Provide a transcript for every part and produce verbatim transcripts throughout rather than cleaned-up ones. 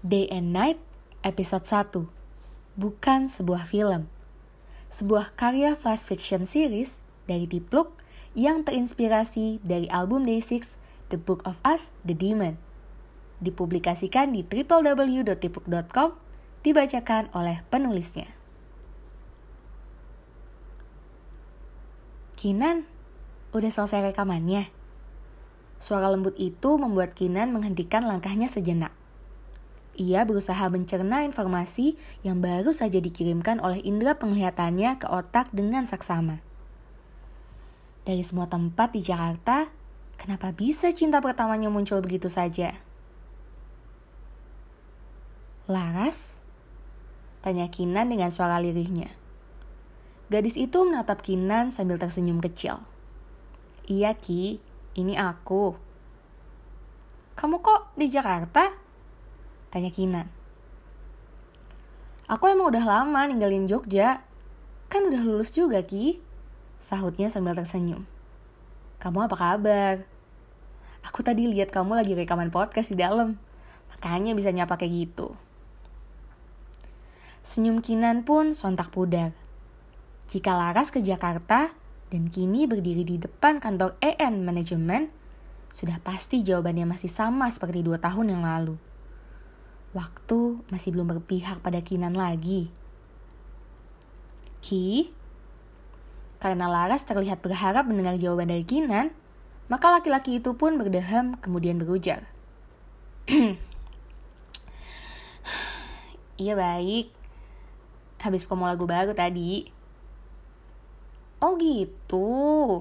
Day and Night, episode satu. Bukan sebuah film. Sebuah karya flash fiction series dari Tipluk yang terinspirasi dari album Day enam, The Book of Us, The Demon. Dipublikasikan di w w w dot tipluk dot com, dibacakan oleh penulisnya. Kinan, udah selesai rekamannya? Suara lembut itu membuat Kinan menghentikan langkahnya sejenak. Ia berusaha mencerna informasi yang baru saja dikirimkan oleh indera penglihatannya ke otak dengan saksama. Dari semua tempat di Jakarta, kenapa bisa cinta pertamanya muncul begitu saja? Laras? Tanya Kinan dengan suara lirihnya. Gadis itu menatap Kinan sambil tersenyum kecil. Iya Ki, ini aku. Kamu kok di Jakarta? Tanya Kinan. Aku emang udah lama ninggalin Jogja. Kan udah lulus juga Ki, sahutnya sambil tersenyum. Kamu apa kabar? Aku tadi lihat kamu lagi rekaman podcast di dalam, makanya bisa nyapa kayak gitu. Senyum Kinan pun sontak pudar. Jika Laras ke Jakarta dan kini berdiri di depan kantor E N Manajemen, sudah pasti jawabannya masih sama seperti dua tahun yang lalu. Waktu masih belum berpihak pada Kinan lagi. Ki? Karena Laras terlihat berharap mendengar jawaban dari Kinan, maka laki-laki itu pun berdeham kemudian berujar. Iya baik. Habis promo lagu baru tadi. Oh gitu.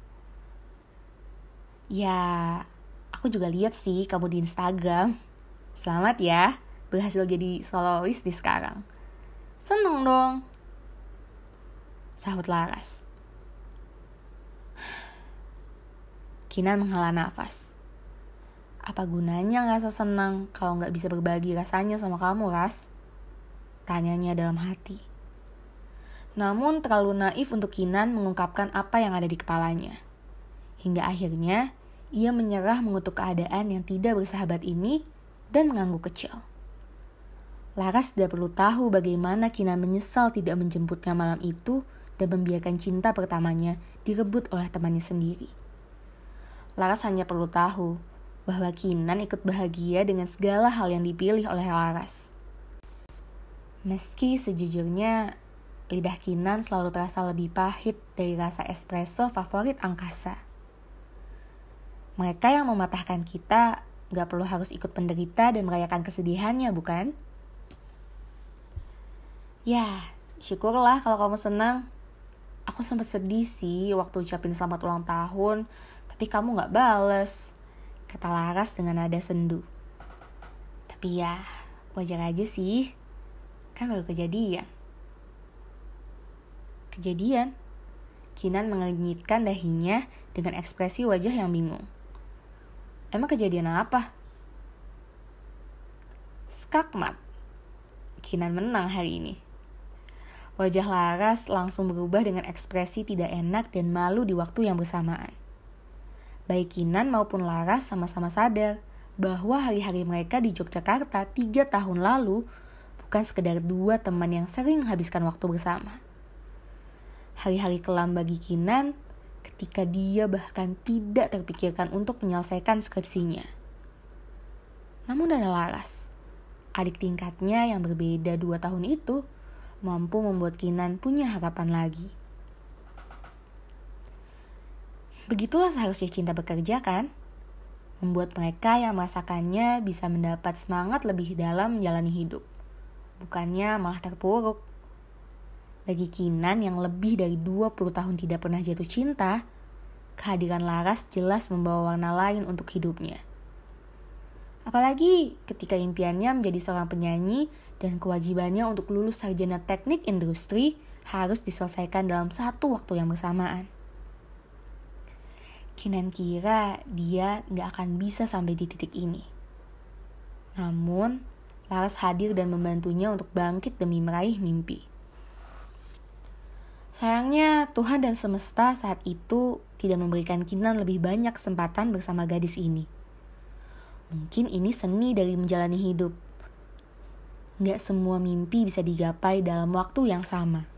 Ya, aku juga lihat sih kamu di Instagram. Selamat ya, berhasil jadi solois di sekarang. Seneng dong, sahut Laras. Kinan menghela nafas. Apa gunanya rasa senang kalau gak bisa berbagi rasanya sama kamu, Ras? Tanyanya dalam hati. Namun terlalu naif untuk Kinan mengungkapkan apa yang ada di kepalanya. Hingga akhirnya, ia menyerah mengutuk keadaan yang tidak bersahabat ini dan mengangguk kecil. Laras tidak perlu tahu bagaimana Kinan menyesal tidak menjemputnya malam itu dan membiarkan cinta pertamanya direbut oleh temannya sendiri. Laras hanya perlu tahu bahwa Kinan ikut bahagia dengan segala hal yang dipilih oleh Laras. Meski sejujurnya, lidah Kinan selalu terasa lebih pahit dari rasa espresso favorit angkasa. Mereka yang mematahkan kita gak perlu harus ikut penderita dan merayakan kesedihannya, bukan? Ya, syukurlah kalau kamu senang. Aku sempat sedih sih waktu ucapin selamat ulang tahun, tapi kamu gak bales, kata Laras dengan nada sendu. Tapi ya, wajar aja sih. Kan baru kejadian. Kejadian? Kinan mengenyitkan dahinya dengan ekspresi wajah yang bingung. Emang kejadian apa? Skakmat. Kinan menang hari ini. Wajah Laras langsung berubah dengan ekspresi tidak enak dan malu di waktu yang bersamaan. Baik Kinan maupun Laras sama-sama sadar bahwa hari-hari mereka di Yogyakarta tiga tahun lalu bukan sekedar dua teman yang sering menghabiskan waktu bersama. Hari-hari kelam bagi Kinan ketika dia bahkan tidak terpikirkan untuk menyelesaikan skripsinya. Namun ada Laras, adik tingkatnya yang berbeda dua tahun itu, mampu membuat Kinan punya harapan lagi. Begitulah seharusnya cinta bekerja kan? Membuat mereka yang merasakannya bisa mendapat semangat lebih dalam menjalani hidup. Bukannya malah terpuruk. Bagi Kinan yang lebih dari dua puluh tahun tidak pernah jatuh cinta, kehadiran Laras jelas membawa warna lain untuk hidupnya. Apalagi ketika impiannya menjadi seorang penyanyi dan kewajibannya untuk lulus sarjana teknik industri harus diselesaikan dalam satu waktu yang bersamaan. Kinan kira dia gak akan bisa sampai di titik ini. Namun, Laras hadir dan membantunya untuk bangkit demi meraih mimpi. Sayangnya, Tuhan dan semesta saat itu tidak memberikan Kinan lebih banyak kesempatan bersama gadis ini. Mungkin ini seni dari menjalani hidup. Gak semua mimpi bisa digapai dalam waktu yang sama.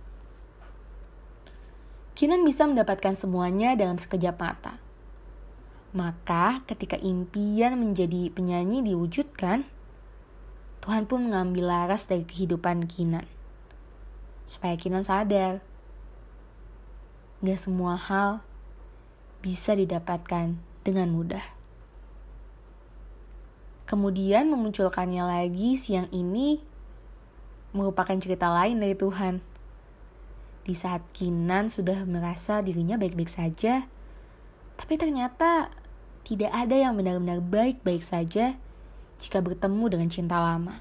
Kinan bisa mendapatkan semuanya dalam sekejap mata. Maka ketika impian menjadi penyanyi diwujudkan, Tuhan pun mengambil Laras dari kehidupan Kinan. Supaya Kinan sadar, gak semua hal bisa didapatkan dengan mudah. Kemudian memunculkannya lagi siang ini merupakan cerita lain dari Tuhan. Di saat Kinan sudah merasa dirinya baik-baik saja, tapi ternyata tidak ada yang benar-benar baik-baik saja jika bertemu dengan cinta lama.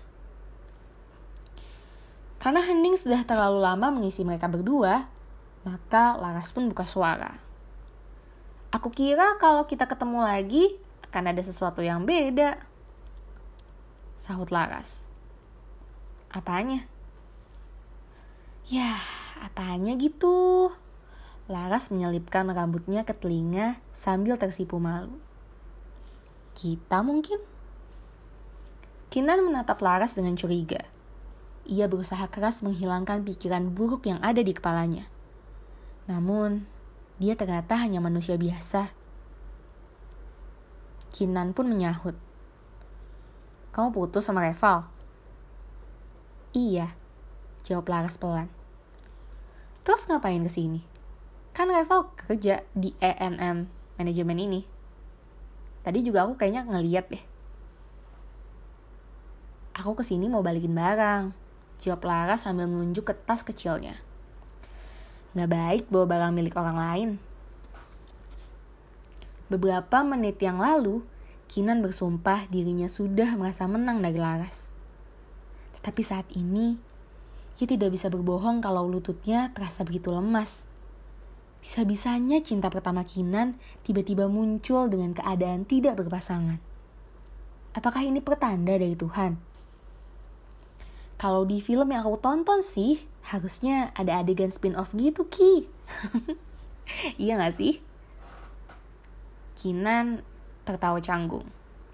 Karena hening sudah terlalu lama mengisi mereka berdua, maka Laras pun buka suara. Aku kira kalau kita ketemu lagi akan ada sesuatu yang beda, sahut Laras. Apanya? Yah, apanya gitu? Laras menyelipkan rambutnya ke telinga sambil tersipu malu. Kita mungkin? Kinan menatap Laras dengan curiga. Ia berusaha keras menghilangkan pikiran buruk yang ada di kepalanya. Namun, dia ternyata hanya manusia biasa. Kinan pun menyahut. Kamu putus sama Reval? Iya, jawab Laras pelan. Terus ngapain kesini? Kan Reval kerja di E N M manajemen ini. Tadi juga aku kayaknya ngeliat deh. Aku kesini mau balikin barang, jawab Laras sambil menunjuk ke tas kecilnya. Gak baik bawa barang milik orang lain. Beberapa menit yang lalu, Kinan bersumpah dirinya sudah merasa menang dari Laras. Tetapi saat ini, ia tidak bisa berbohong kalau lututnya terasa begitu lemas. Bisa-bisanya cinta pertama Kinan tiba-tiba muncul dengan keadaan tidak berpasangan. Apakah ini pertanda dari Tuhan? Kalau di film yang aku tonton sih, harusnya ada adegan spin-off gitu, Ki. Iya gak sih? Kinan tertawa canggung.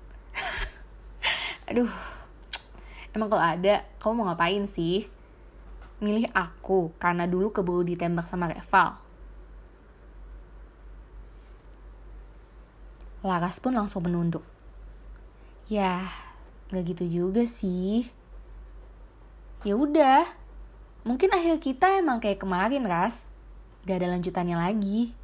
Aduh, emang kalau ada, kamu mau ngapain sih? Milih aku karena dulu keburu ditembak sama Reval. Laras pun langsung menunduk. Yah, gak gitu juga sih. Ya udah, mungkin akhir kita emang kayak kemarin, Ras. Gak ada lanjutannya lagi.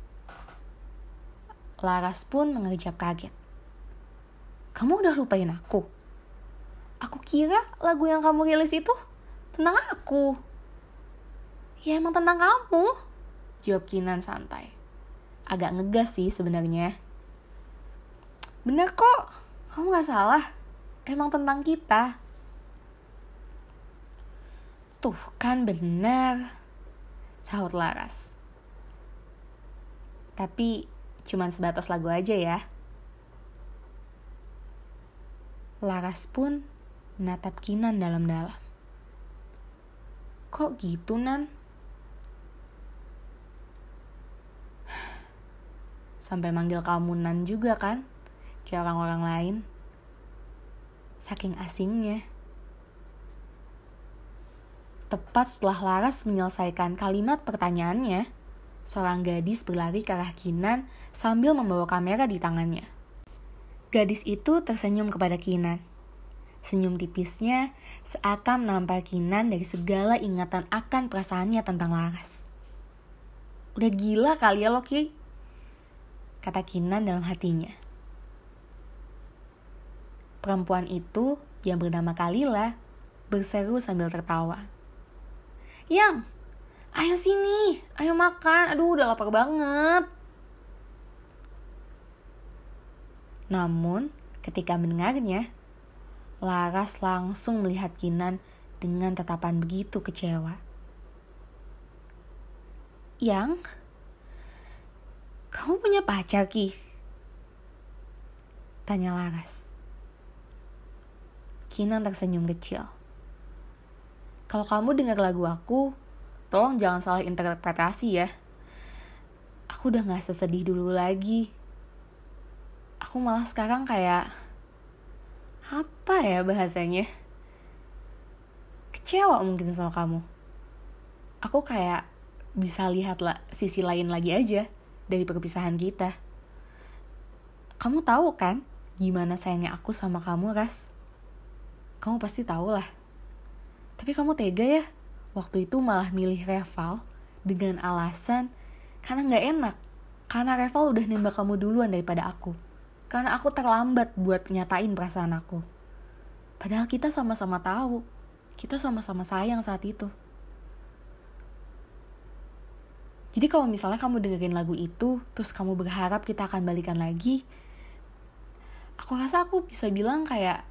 Laras pun mengerjap kaget. Kamu udah lupain aku? Aku kira lagu yang kamu rilis itu tentang aku. Ya emang tentang kamu, jawab Kinan santai. Agak ngegas sih sebenarnya. Bener kok, kamu gak salah. Emang tentang kita. Tuh kan bener, sahut Laras. Tapi cuman sebatas lagu aja ya. Laras pun menatap Kinan dalam-dalam. Kok gitu, Nan? Sampai manggil kamu Nan juga kan? Kayak orang-orang lain. Saking asingnya. Tepat setelah Laras menyelesaikan kalimat pertanyaannya, seorang gadis berlari ke arah Kinan sambil membawa kamera di tangannya. Gadis itu tersenyum kepada Kinan. Senyum tipisnya seakan menampar Kinan dari segala ingatan akan perasaannya tentang Laras. Udah gila kali ya lo, Ki, kata Kinan dalam hatinya. Perempuan itu yang bernama Kalila berseru sambil tertawa. Yang, ayo sini, ayo makan, aduh udah lapar banget. Namun, ketika mendengarnya, Laras langsung melihat Kinan dengan tatapan begitu kecewa. Yang, kamu punya pacar, Ki? Tanya Laras. Kinan tersenyum kecil. Kalau kamu dengar lagu aku, tolong jangan salah interpretasi ya. Aku udah gak sesedih dulu lagi. Aku malah sekarang kayak, apa ya bahasanya? kecewa mungkin sama kamu. Aku kayak bisa lihat lah sisi lain lagi aja dari perpisahan kita. Kamu tahu kan gimana sayangnya aku sama kamu, Ras? Kamu pasti tahu lah. Tapi kamu tega ya waktu itu malah milih Reval dengan alasan karena gak enak. Karena Reval udah nembak kamu duluan daripada aku. Karena aku terlambat buat nyatain perasaan aku. Padahal kita sama-sama tahu. Kita sama-sama sayang saat itu. Jadi kalau misalnya kamu dengerin lagu itu, terus kamu berharap kita akan balikan lagi, aku rasa aku bisa bilang kayak,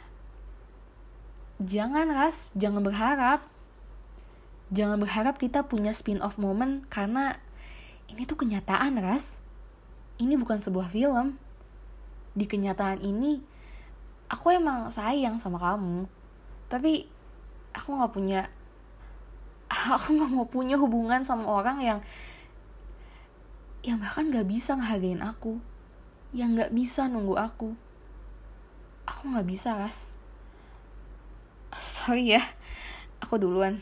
jangan Ras, jangan berharap. Jangan berharap kita punya spin-off moment, karena ini tuh kenyataan, Ras. Ini bukan sebuah film. Di kenyataan ini, aku emang sayang sama kamu. Tapi, aku gak punya... Aku gak mau punya hubungan sama orang yang... Yang bahkan gak bisa ngehargain aku. Yang gak bisa nunggu aku. Aku gak bisa, Ras. Sorry ya, aku duluan.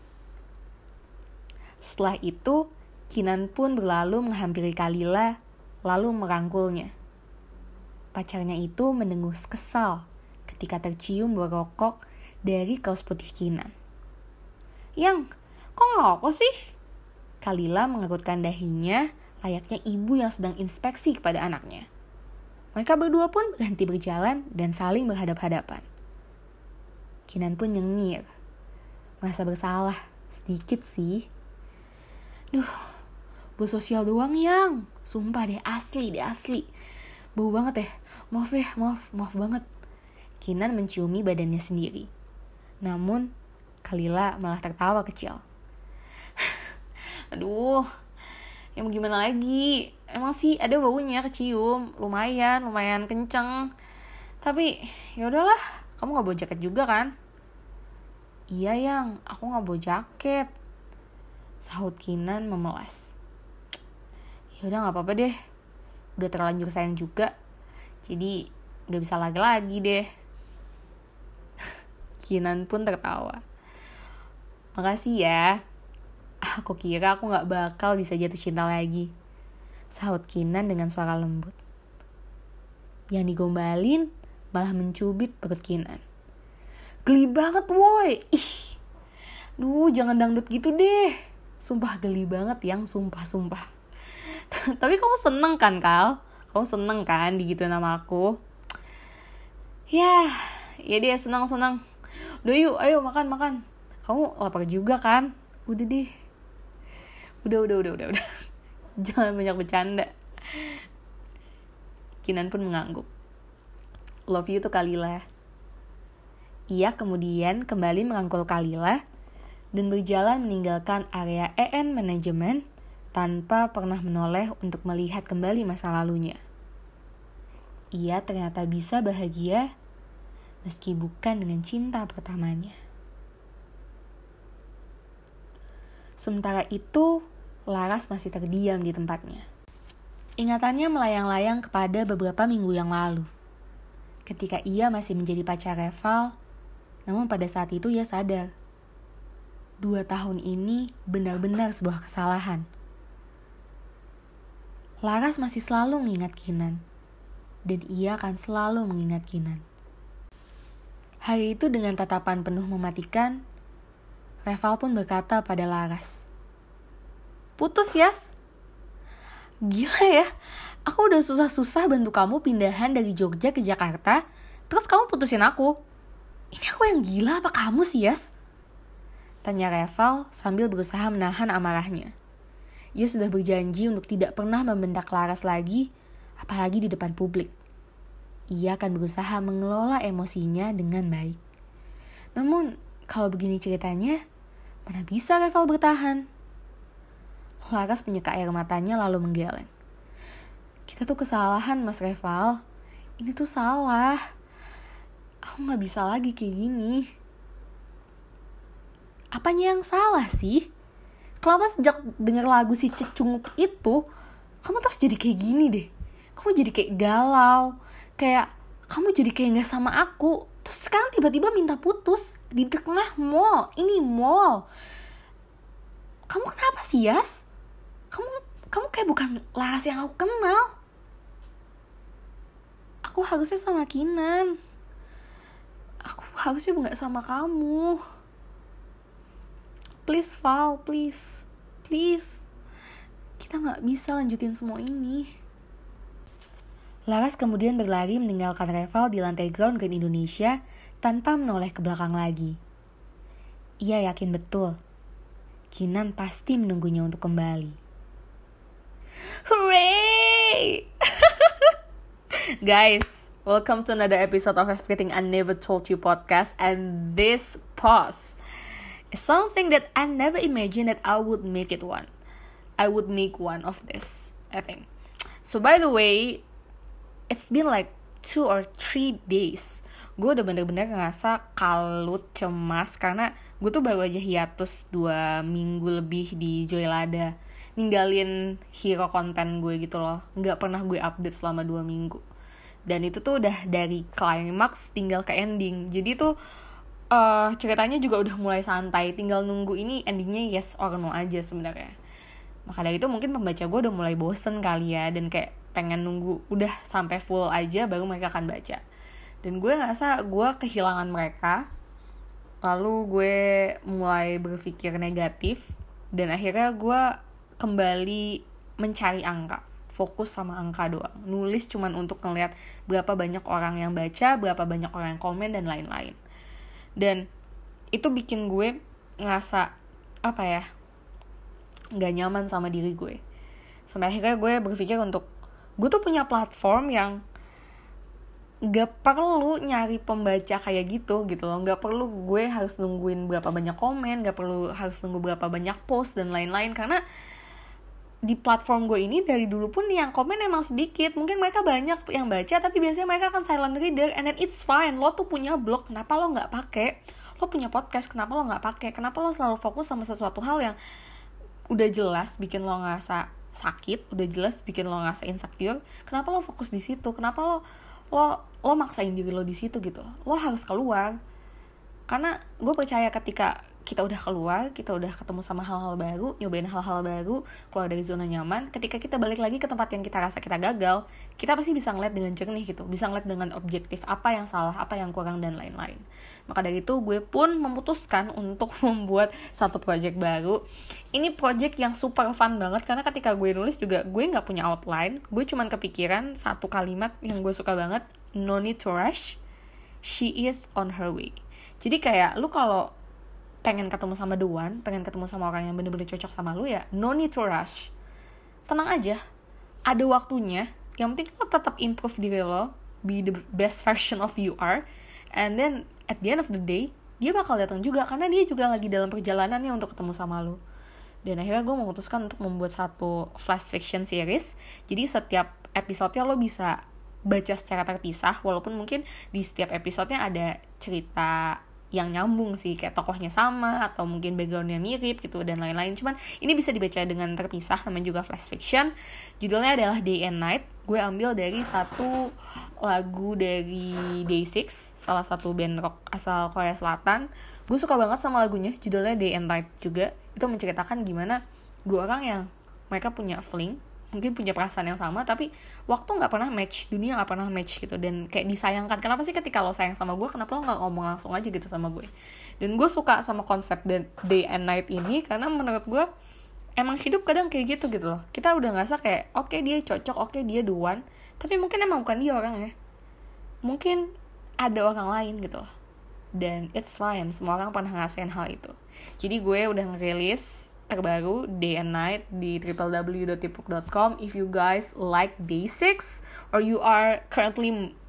Setelah itu, Kinan pun berlalu menghampiri Kalila, lalu merangkulnya. Pacarnya itu mendengus kesal ketika tercium bau rokok dari kaos putih Kinan. Yang, kok ngerokok sih? Kalila mengerutkan dahinya layaknya ibu yang sedang inspeksi kepada anaknya. Mereka berdua pun berhenti berjalan dan saling berhadap-hadapan. Kinan pun nyengir. Merasa bersalah, sedikit sih. Duh, bau sosial doang yang. Sumpah deh, asli deh, asli. Bau banget ya. Maaf ya, maaf, maaf banget. Kinan menciumi badannya sendiri. Namun, Kalila malah tertawa kecil. Aduh, yang gimana lagi? Emang sih ada baunya kecium, lumayan, lumayan kenceng. Tapi, ya udahlah, kamu nggak bawa jaket juga kan? Iya yang, aku nggak bawa jaket. Sahut Kinan memelas. Ya udah nggak apa-apa deh, udah terlanjur sayang juga, jadi nggak bisa lagi-lagi deh. Kinan pun tertawa. Makasih ya. Aku kira aku gak bakal bisa jatuh cinta lagi. Sahut Kinan dengan suara lembut. Yang digombalin malah mencubit perut Kinan. Geli banget woi. Ih. Duh jangan dangdut gitu deh. Sumpah geli banget yang sumpah-sumpah. Tapi kamu seneng kan Kal? Kamu seneng kan digituin sama aku? Ya, ya dia senang-senang. Udah yuk, ayo makan-makan. Kamu lapar juga kan? Udah deh. Udah, udah, udah, udah, udah. Jangan banyak bercanda. Kinan pun mengangguk. Love you to Kalila. Ia kemudian kembali merangkul Kalila dan berjalan meninggalkan area E N manajemen tanpa pernah menoleh untuk melihat kembali masa lalunya. Ia ternyata bisa bahagia meski bukan dengan cinta pertamanya. Sementara itu, Laras masih terdiam di tempatnya. Ingatannya melayang-layang kepada beberapa minggu yang lalu. Ketika ia masih menjadi pacar Reval, namun pada saat itu ia sadar. Dua tahun ini benar-benar sebuah kesalahan. Laras masih selalu mengingat Kinan. Dan ia akan selalu mengingat Kinan. Hari itu dengan tatapan penuh mematikan, Reval pun berkata pada Laras, "Putus, Yas." Gila ya, aku udah susah-susah bantu kamu pindahan dari Jogja ke Jakarta, terus kamu putusin aku. Ini aku yang gila apa kamu sih, Yas? Tanya Reval sambil berusaha menahan amarahnya. Ia sudah berjanji untuk tidak pernah membentak Laras lagi, apalagi di depan publik. Ia akan berusaha mengelola emosinya dengan baik. Namun, kalau begini ceritanya, mana bisa Reval bertahan? Laras menyeka air matanya lalu menggeleng. Kita tuh kesalahan, Mas Reval. Ini tuh salah. Aku gak bisa lagi kayak gini. Apanya yang salah sih? Kenapa sejak denger lagu si Cecungup itu, kamu terus jadi kayak gini deh? Kamu jadi kayak galau. Kayak, kamu jadi kayak gak sama aku. Terus sekarang tiba tiba-tiba minta putus di tengah mall. Ini mall. Kamu kenapa sih, Yas? Kamu kamu kayak bukan Laras yang aku kenal. Aku harusnya sama Kinan. Aku harusnya gak sama kamu. Please Val, please. Please. Kita gak bisa lanjutin semua ini. Laras kemudian berlari meninggalkan Reval di lantai ground Grand Indonesia tanpa menoleh ke belakang lagi. Ia yakin betul Kinan pasti menunggunya untuk kembali. Hooray! Guys, welcome to another episode of Everything I Never Told You podcast. And this pause is something that I never imagined that I would make it one. I would make one of this, I think. So by the way, it's been like two or three days. Gue udah bener-bener ngerasa kalut, cemas, karena gue tuh baru aja hiatus dua minggu lebih di Joylada, ninggalin hero konten gue gitu loh. Gak pernah gue update selama dua minggu. Dan itu tuh udah dari climax tinggal ke ending. Jadi tuh uh, ceritanya juga udah mulai santai, tinggal nunggu ini endingnya yes or no aja sebenarnya. Maka dari itu mungkin pembaca gue udah mulai bosen kali ya, dan kayak pengen nunggu udah sampai full aja baru mereka akan baca. Dan gue ngerasa gue kehilangan mereka. Lalu gue mulai berpikir negatif. Dan akhirnya gue kembali mencari angka. Fokus sama angka doang. Nulis cuman untuk ngeliat berapa banyak orang yang baca, berapa banyak orang yang komen, dan lain-lain. Dan itu bikin gue ngerasa, apa ya, gak nyaman sama diri gue. Sampai akhirnya gue berpikir untuk, gue tuh punya platform yang gak perlu nyari pembaca kayak gitu gitu loh. Gak perlu gue harus nungguin berapa banyak komen, gak perlu harus nunggu berapa banyak post dan lain-lain. Karena di platform gue ini dari dulu pun yang komen emang sedikit. Mungkin mereka banyak yang baca, tapi biasanya mereka akan silent reader. And then it's fine. Lo tuh punya blog, kenapa lo gak pakai? Lo punya podcast, kenapa lo gak pakai? Kenapa lo selalu fokus sama sesuatu hal yang udah jelas bikin lo ngerasa sakit, udah jelas bikin lo ngerasa insecure? Kenapa lo fokus di situ? Kenapa lo lo lo maksain diri lo di situ gitu? Lo harus keluar. Karena gue percaya ketika kita udah keluar, kita udah ketemu sama hal-hal baru, nyobain hal-hal baru, keluar dari zona nyaman, ketika kita balik lagi ke tempat yang kita rasa kita gagal, kita pasti bisa ngeliat dengan jernih gitu, bisa ngeliat dengan objektif apa yang salah, apa yang kurang, dan lain-lain. Maka dari itu gue pun memutuskan untuk membuat satu project baru. Ini project yang super fun banget, karena ketika gue nulis juga gue gak punya outline, gue cuman kepikiran satu kalimat yang gue suka banget, no need to rush, she is on her way. Jadi kayak lu kalau pengen ketemu sama the one, pengen ketemu sama orang yang bener-bener cocok sama lu ya, no need to rush. Tenang aja, ada waktunya. Yang penting lo tetap improve diri lo, be the best version of you are, and then at the end of the day, dia bakal datang juga, karena dia juga lagi dalam perjalanannya untuk ketemu sama lu. Dan akhirnya gue memutuskan untuk membuat satu flash fiction series. Jadi setiap episodenya lo bisa baca secara terpisah, walaupun mungkin di setiap episodenya ada cerita yang nyambung sih, kayak tokohnya sama atau mungkin backgroundnya mirip gitu dan lain-lain. Cuman ini bisa dibaca dengan terpisah, namanya juga flash fiction. Judulnya adalah Day and Night. Gue ambil dari satu lagu dari Day six, salah satu band rock asal Korea Selatan. Gue suka banget sama lagunya, judulnya Day and Night juga. Itu menceritakan gimana dua orang yang mereka punya fling, mungkin punya perasaan yang sama, tapi waktu gak pernah match, dunia gak pernah match gitu. Dan kayak disayangkan, kenapa sih ketika lo sayang sama gue, kenapa lo gak ngomong langsung aja gitu sama gue. Dan gue suka sama konsep Day and Night ini, karena menurut gue emang hidup kadang kayak gitu gitu loh. Kita udah ngerasa kayak, oke okay, dia cocok, oke okay, dia the one, tapi mungkin emang bukan dia orangnya, mungkin ada orang lain gitu loh. Dan it's fine, semua orang pernah ngerasain hal itu. Jadi gue udah ngerilis terbaru Day and Night di w w w dot tipuk dot com. If you guys like Day six or you are currently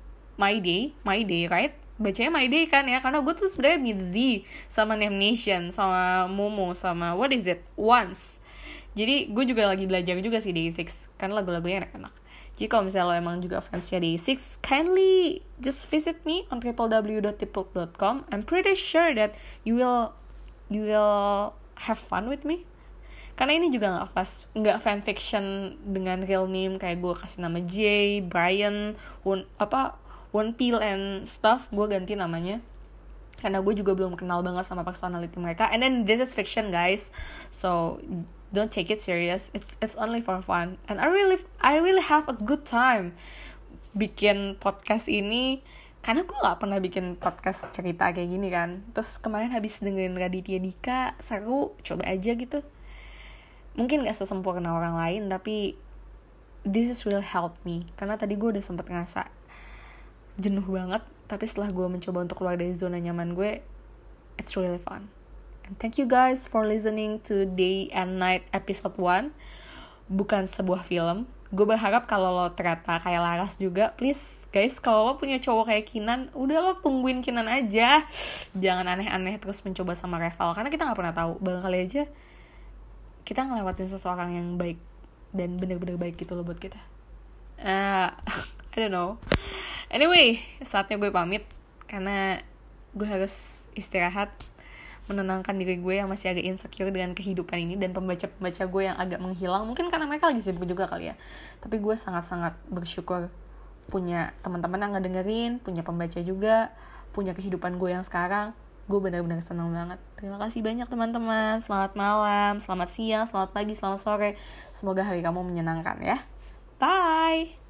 My Day, My Day right? Bacanya My Day kan ya, karena gue tuh sebenarnya Mitzi sama Name Nation sama Momo sama what is it Once. Jadi gue juga lagi belajar juga sih Day six, karena lagu-lagunya enak-enak. Jadi kalau misalnya lo emang juga fansnya Day six, kindly just visit me on w w w dot tipuk dot com. I'm pretty sure that you will you will have fun with me. Karena ini juga nggak fast, nggak fanfiction dengan real name kayak gue kasih nama Jay, Brian, one apa One Pill and stuff. Gue ganti namanya. karena gue juga belum kenal banget sama personality mereka. And then this is fiction, guys, so don't take it serious. It's it's only for fun. And I really I really have a good time bikin podcast ini, karena gue gak pernah bikin podcast cerita kayak gini kan. Terus kemarin habis dengerin Raditya Dika, seru, coba aja gitu. Mungkin gak sesempurna orang lain, tapi this is really help me. Karena tadi gue udah sempet ngerasa jenuh banget, tapi setelah gue mencoba untuk keluar dari zona nyaman gue, it's really fun. And thank you guys for listening to Day and Night episode one. Bukan sebuah film. Gue berharap kalau lo ternyata kayak Laras juga, please guys, kalau lo punya cowok kayak Kinan, udah lo tungguin Kinan aja. Jangan aneh-aneh terus mencoba sama Reval, karena kita gak pernah tahu, barangkali aja kita ngelewatin seseorang yang baik dan bener-bener baik gitu loh buat kita. uh, I don't know. Anyway, saatnya gue pamit, karena gue harus istirahat, menenangkan diri gue yang masih agak insecure dengan kehidupan ini, dan pembaca-pembaca gue yang agak menghilang, mungkin karena mereka lagi sibuk juga kali ya. Tapi gue sangat-sangat bersyukur punya teman-teman yang ngedengerin, punya pembaca juga, punya kehidupan gue yang sekarang. Gue benar-benar senang banget. Terima kasih banyak teman-teman. Selamat malam, selamat siang, selamat pagi, selamat sore. Semoga hari kamu menyenangkan ya. Bye.